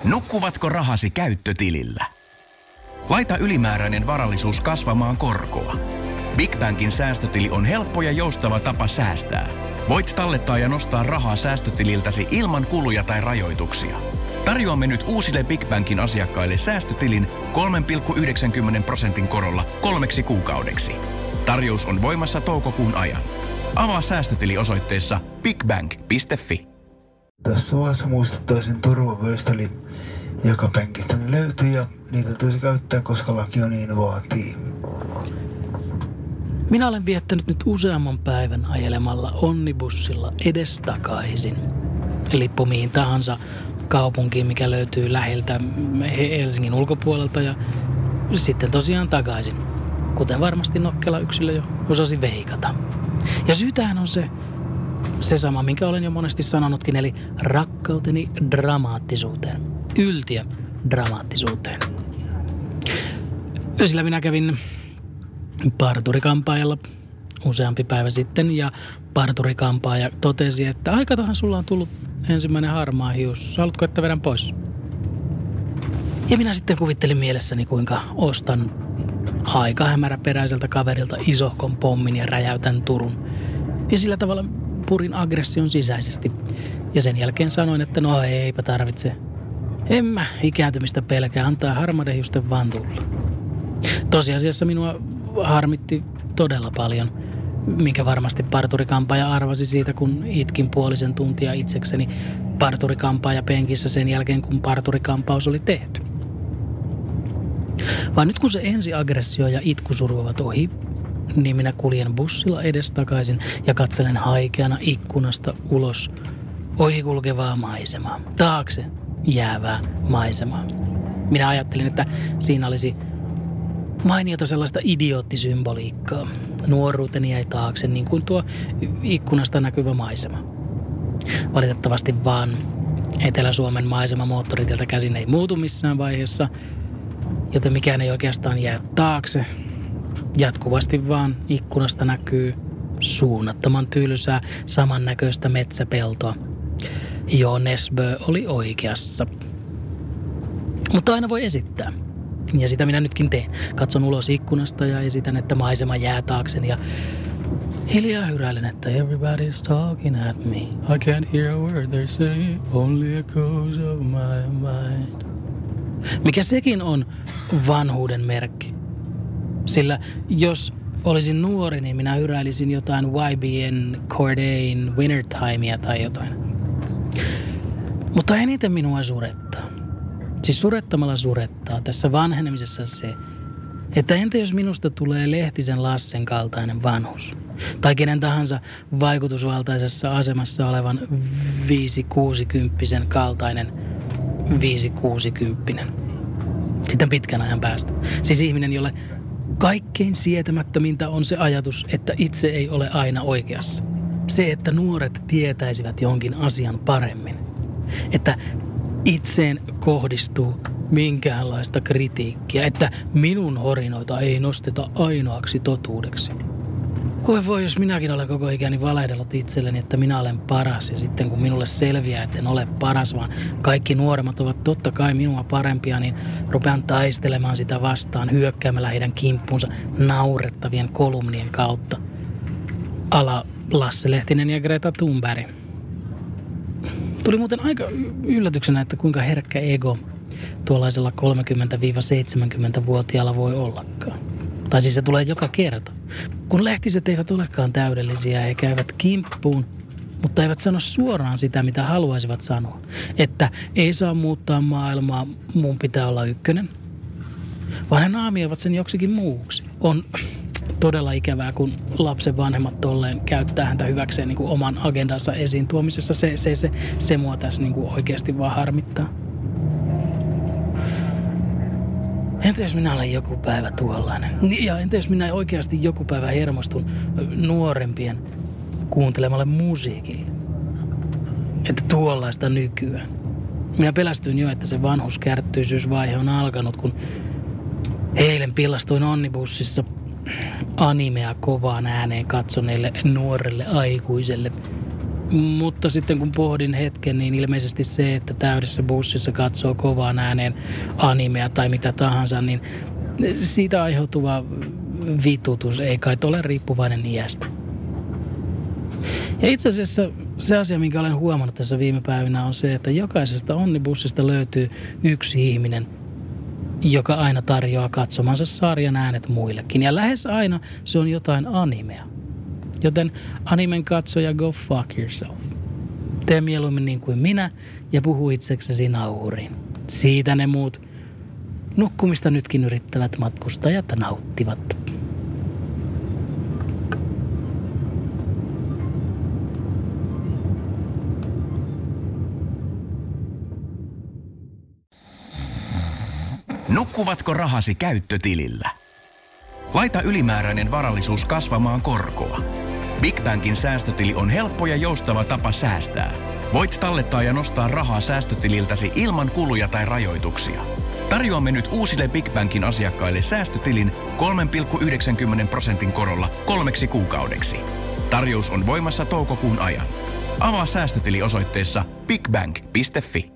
Nukkuvatko rahasi käyttötilillä? Laita ylimääräinen varallisuus kasvamaan korkoa. Big Bankin säästötili on helppo ja joustava tapa säästää. Voit tallettaa ja nostaa rahaa säästötililtäsi ilman kuluja tai rajoituksia. Tarjoamme nyt uusille Big Bankin asiakkaille säästötilin 3,90% korolla 3 kuukaudeksi. Tarjous on voimassa toukokuun ajan. Avaa säästötili osoitteessa bigbank.fi. Tässä vaiheessa muistuttaisin turvavöistä, joka penkistä ne löytyy ja niitä tulisi käyttää, koska laki on niin vaatii. Minä olen viettänyt nyt useamman päivän ajelemalla onnibussilla edestakaisin. Lippu mihin tahansa kaupunkiin, mikä löytyy läheltä Helsingin ulkopuolelta ja sitten tosiaan takaisin. Kuten varmasti nokkela yksilö jo osasi veikata. Ja syytähän on se sama, minkä olen jo monesti sanonutkin, eli rakkauteni dramaattisuuteen. Yltiö dramaattisuuteen. Sillä minä kävin parturikampaajalla useampi päivä sitten ja parturikampaaja totesi, että aikatahan sulla on tullut ensimmäinen harmaa hius. Haluatko, että vedän pois? Ja minä sitten kuvittelin mielessäni, kuinka ostan aika hämäräperäiseltä kaverilta isohkon pommin ja räjäytän Turun. Ja sillä tavalla purin aggression sisäisesti. Ja sen jälkeen sanoin, että no eipä tarvitse. En mä ikääntymistä pelkää, antaa harmaiden hiusten vaan tulla. Tosiasiassa minua harmitti todella paljon, minkä varmasti parturikampaaja arvasi siitä, kun itkin puolisen tuntia itsekseni parturikampaaja penkissä sen jälkeen, kun parturikampaus oli tehty. Vaan nyt kun se ensiaggressio ja itkusuru ovat ohi, niin minä kuljen bussilla edestakaisin ja katselen haikeana ikkunasta ulos ohikulkevaa maisemaa, taakse jäävää maisemaa. Minä ajattelin, että siinä olisi mainiota sellaista idioottisymboliikkaa. Nuoruuteni jäi taakse, niin kuin tuo ikkunasta näkyvä maisema. Valitettavasti vaan Etelä-Suomen maisema moottoritieltä käsin ei muutu missään vaiheessa, joten mikään ei oikeastaan jää taakse. Jatkuvasti vaan ikkunasta näkyy suunnattoman tylsää, samannäköistä metsäpeltoa. Joo, Nesbö oli oikeassa. Mutta aina voi esittää. Ja sitä minä nytkin teen. Katson ulos ikkunasta ja esitän, että maisema jää taakseni ja hiljaa hyräilen, että everybody's talking at me. I can't hear a word they say, only echoes of my mind. Mikä sekin on vanhuuden merkki. Sillä jos olisin nuori, niin minä hyräilisin jotain YBN Cordain Wintertimea tai jotain. Mutta eniten minua surettaa. Siis surettamalla surettaa tässä vanhenemisessa se, että entä jos minusta tulee Lehtisen Lassen kaltainen vanhus? Tai kenen tahansa vaikutusvaltaisessa asemassa olevan 5-60 kaltainen 5-60. Sitten pitkän ajan päästä. Siis ihminen, jolle kaikkein sietämättömintä on se ajatus, että itse ei ole aina oikeassa. Se, että nuoret tietäisivät jonkin asian paremmin. Että itseen kohdistuu minkäänlaista kritiikkiä, että minun horinoita ei nosteta ainoaksi totuudeksi. Voi, jos minäkin olen koko ikäni valehdellut itselleni, että minä olen paras ja sitten kun minulle selviää, että en ole paras, vaan kaikki nuoremmat ovat totta kai minua parempia, niin rupean taistelemaan sitä vastaan, hyökkäämällä heidän kimppuunsa naurettavien kolumnien kautta. Ala Lasse Lehtinen ja Greta Thunberg. Tuli muuten aika yllätyksenä, että kuinka herkkä ego tuollaisella 30-70-vuotiaalla voi ollakaan. Tai siis se tulee joka kerta. Kun lehtiset eivät olekaan täydellisiä, he käyvät kimppuun, mutta eivät sano suoraan sitä, mitä haluaisivat sanoa. Että ei saa muuttaa maailmaa, mun pitää olla ykkönen. Vaan he naamioivat sen joksikin muuksi. On todella ikävää, kun lapsen vanhemmat tolleen käyttää häntä hyväkseen niin kuin oman agendansa esiin tuomisessa. Se mua tässä niin kuin oikeasti vaan harmittaa. Entä jos minä olen joku päivä tuollainen? Ja entä jos minä oikeasti joku päivä hermostun nuorempien kuuntelemalle musiikille? Että tuollaista nykyään. Minä pelästyin jo, että se vanhuskärttyisyysvaihe on alkanut, kun eilen pillastuin onnibussissa animea kovaan ääneen katsoneille nuorelle aikuiselle Mutta sitten kun pohdin hetken, niin ilmeisesti se, että täydessä bussissa katsoo kovaan ääneen animea tai mitä tahansa, niin siitä aiheutuva vitutus ei kai ole riippuvainen iästä. Ja itse asiassa se asia, minkä olen huomannut tässä viime päivinä, on se, että jokaisesta onnibussista löytyy yksi ihminen, joka aina tarjoaa katsomansa sarjan äänet muillekin. Ja lähes aina se on jotain animea. Joten animen katsoja, go fuck yourself. Tee mieluummin niin kuin minä ja puhu itseksesi nauhuriin. Siitä ne muut nukkumista nytkin yrittävät matkustajat nauttivat. Nukkuvatko rahasi käyttötilillä? Laita ylimääräinen varallisuus kasvamaan korkoa. Big Bankin säästötili on helppo ja joustava tapa säästää. Voit tallettaa ja nostaa rahaa säästötililtäsi ilman kuluja tai rajoituksia. Tarjoamme nyt uusille Big Bankin asiakkaille säästötilin 3,90% korolla 3 kuukaudeksi. Tarjous on voimassa toukokuun ajan. Avaa säästötili osoitteessa bigbank.fi.